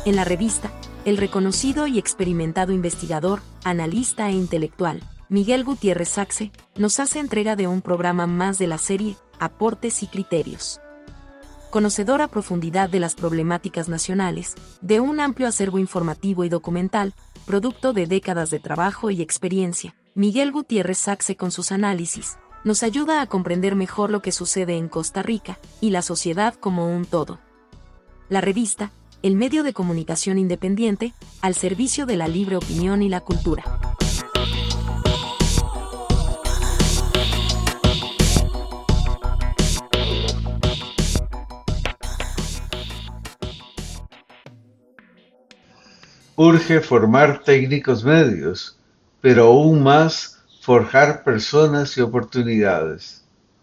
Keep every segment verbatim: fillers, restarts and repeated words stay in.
En la revista, el reconocido y experimentado investigador, analista e intelectual, Miguel Gutiérrez Saxe, nos hace entrega de un programa más de la serie Aportes y Criterios. Conocedor a profundidad de las problemáticas nacionales, de un amplio acervo informativo y documental, producto de décadas de trabajo y experiencia, Miguel Gutiérrez Saxe con sus análisis, nos ayuda a comprender mejor lo que sucede en Costa Rica y la sociedad como un todo. La revista, el medio de comunicación independiente, al servicio de la libre opinión y la cultura. Urge formar técnicos medios, pero aún más forjar personas y oportunidades.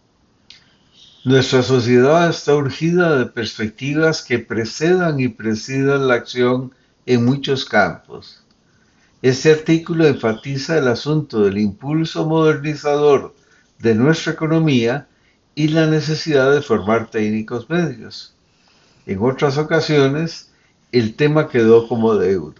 Nuestra sociedad está urgida de perspectivas que precedan y presidan la acción en muchos campos. Este artículo enfatiza el asunto del impulso modernizador de nuestra economía y la necesidad de formar técnicos medios. En otras ocasiones, el tema quedó como deuda.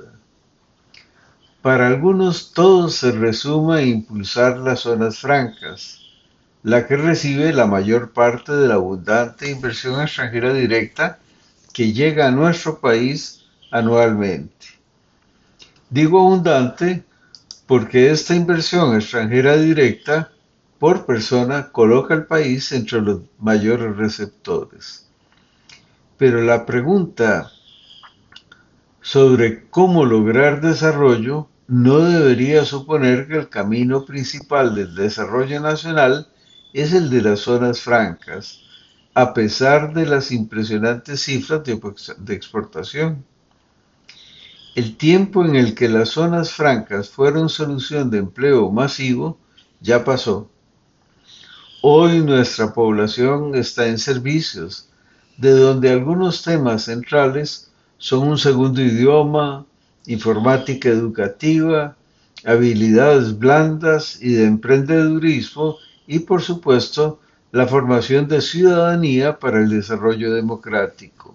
Para algunos todo se resume a impulsar las zonas francas, la que recibe la mayor parte de la abundante inversión extranjera directa que llega a nuestro país anualmente. Digo abundante porque esta inversión extranjera directa por persona coloca al país entre los mayores receptores. Pero la pregunta sobre cómo lograr desarrollo no debería suponer que el camino principal del desarrollo nacional es el de las zonas francas, a pesar de las impresionantes cifras de exportación. El tiempo en el que las zonas francas fueron solución de empleo masivo ya pasó. Hoy nuestra población está en servicios, de donde algunos temas centrales son un segundo idioma, informática educativa, habilidades blandas y de emprendedurismo y, por supuesto, la formación de ciudadanía para el desarrollo democrático.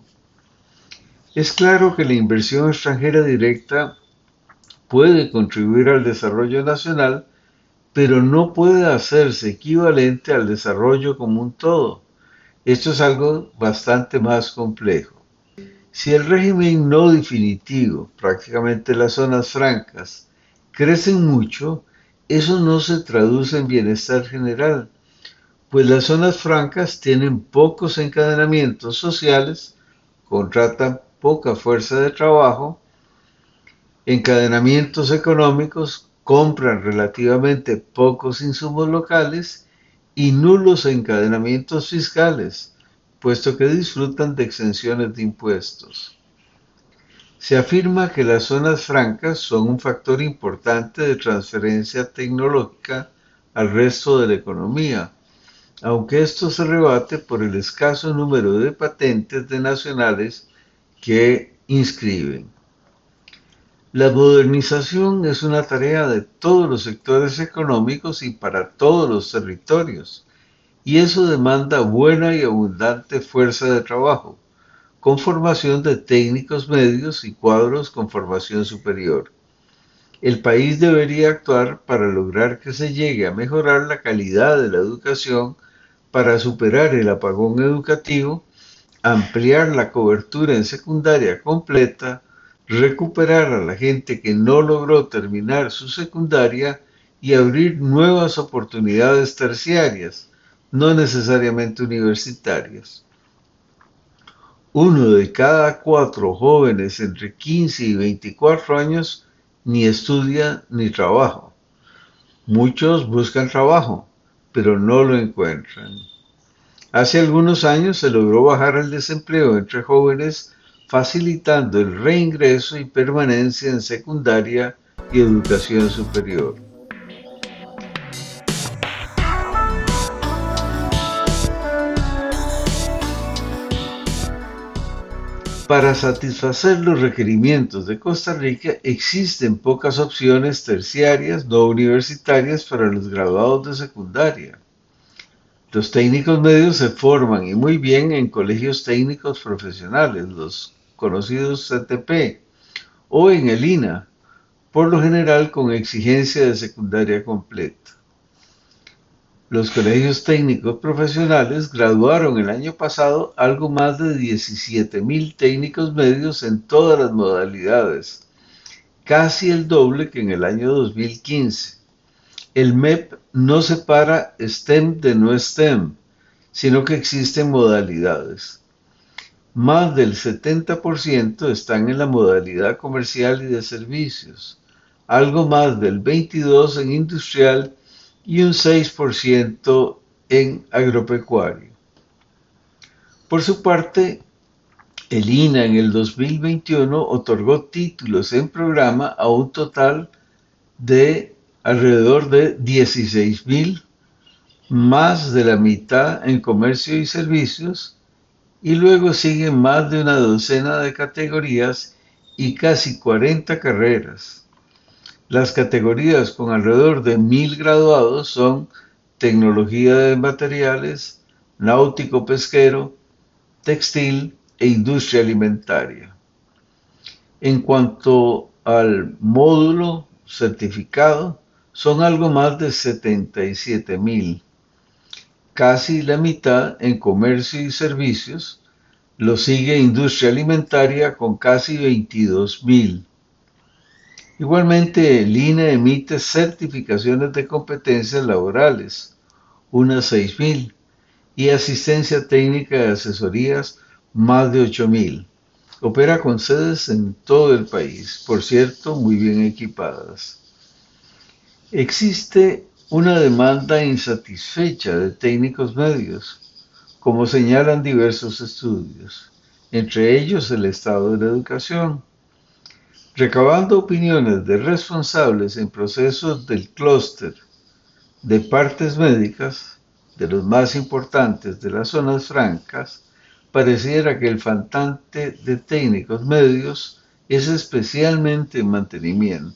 Es claro que la inversión extranjera directa puede contribuir al desarrollo nacional, pero no puede hacerse equivalente al desarrollo como un todo. Esto es algo bastante más complejo. Si el régimen no definitivo, prácticamente las zonas francas, crecen mucho, eso no se traduce en bienestar general, pues las zonas francas tienen pocos encadenamientos sociales, contratan poca fuerza de trabajo, encadenamientos económicos, compran relativamente pocos insumos locales y nulos encadenamientos fiscales, puesto que disfrutan de exenciones de impuestos. Se afirma que las zonas francas son un factor importante de transferencia tecnológica al resto de la economía, aunque esto se rebate por el escaso número de patentes de nacionales que inscriben. La modernización es una tarea de todos los sectores económicos y para todos los territorios, y eso demanda buena y abundante fuerza de trabajo, con formación de técnicos medios y cuadros con formación superior. El país debería actuar para lograr que se llegue a mejorar la calidad de la educación, para superar el apagón educativo, ampliar la cobertura en secundaria completa, recuperar a la gente que no logró terminar su secundaria y abrir nuevas oportunidades terciarias, no necesariamente universitarias. Uno de cada cuatro jóvenes entre quince y veinticuatro años ni estudia ni trabaja. Muchos buscan trabajo, pero no lo encuentran. Hace algunos años se logró bajar el desempleo entre jóvenes, facilitando el reingreso y permanencia en secundaria y educación superior. Para satisfacer los requerimientos de Costa Rica existen pocas opciones terciarias no universitarias para los graduados de secundaria. Los técnicos medios se forman y muy bien en colegios técnicos profesionales, los conocidos C T P, o en el I N A, por lo general con exigencia de secundaria completa. Los colegios técnicos profesionales graduaron el año pasado algo más de diecisiete mil técnicos medios en todas las modalidades, casi el doble que en el año dos mil quince. El M E P no separa STEM de no STEM, sino que existen modalidades. Más del setenta por ciento están en la modalidad comercial y de servicios, algo más del veintidós por ciento en industrial y un seis por ciento en agropecuario. Por su parte, el I N A en el dos mil veintiuno otorgó títulos en programa a un total de alrededor de dieciséis mil, más de la mitad en comercio y servicios, y luego siguen más de una docena de categorías y casi cuarenta carreras. Las categorías con alrededor de mil graduados son tecnología de materiales, náutico-pesquero, textil e industria alimentaria. En cuanto al módulo certificado, son algo más de setenta y siete mil, casi la mitad en comercio y servicios. Lo sigue industria alimentaria con casi veintidós mil. Igualmente, el I N A emite certificaciones de competencias laborales, unas seis mil, y asistencia técnica de asesorías, más de ocho mil. Opera con sedes en todo el país, por cierto, muy bien equipadas. Existe una demanda insatisfecha de técnicos medios, como señalan diversos estudios, entre ellos el estado de la educación. Recabando opiniones de responsables en procesos del clúster de partes médicas, de los más importantes de las zonas francas, pareciera que el faltante de técnicos medios es especialmente en mantenimiento.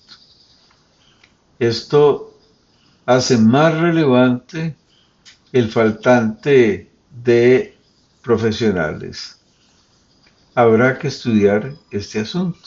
Esto hace más relevante el faltante de profesionales. Habrá que estudiar este asunto.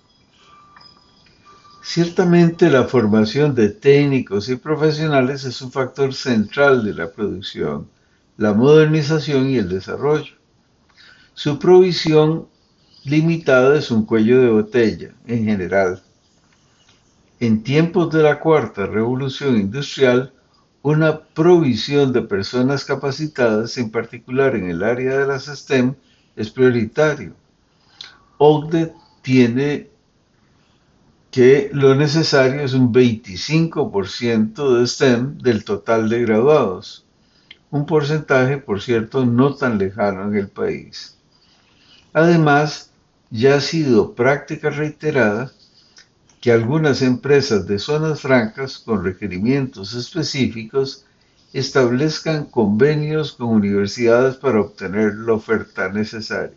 Ciertamente la formación de técnicos y profesionales es un factor central de la producción, la modernización y el desarrollo. Su provisión limitada es un cuello de botella, en general. En tiempos de la cuarta revolución industrial, una provisión de personas capacitadas, en particular en el área de las STEM, es prioritario. O C D E tiene que lo necesario es un veinticinco por ciento de STEM del total de graduados, un porcentaje, por cierto, no tan lejano en el país. Además, ya ha sido práctica reiterada que algunas empresas de zonas francas con requerimientos específicos establezcan convenios con universidades para obtener la oferta necesaria.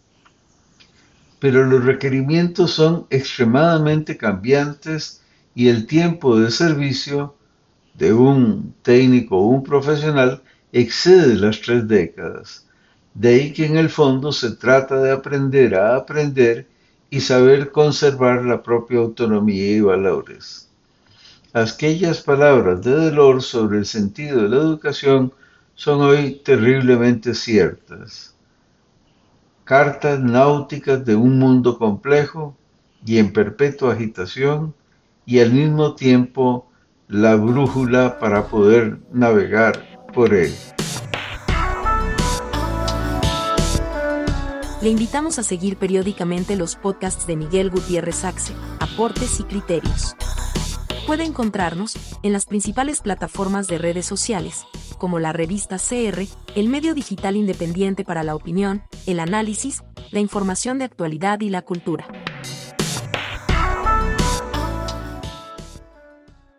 Pero los requerimientos son extremadamente cambiantes y el tiempo de servicio de un técnico o un profesional excede las tres décadas. De ahí que en el fondo se trata de aprender a aprender y saber conservar la propia autonomía y valores. Aquellas palabras de Delors sobre el sentido de la educación son hoy terriblemente ciertas. Cartas náuticas de un mundo complejo y en perpetua agitación, y al mismo tiempo la brújula para poder navegar por él. Le invitamos a seguir periódicamente los podcasts de Miguel Gutiérrez Saxe, Aportes y Criterios. Puede encontrarnos en las principales plataformas de redes sociales, como la revista C R, el medio digital independiente para la opinión, el análisis, la información de actualidad y la cultura.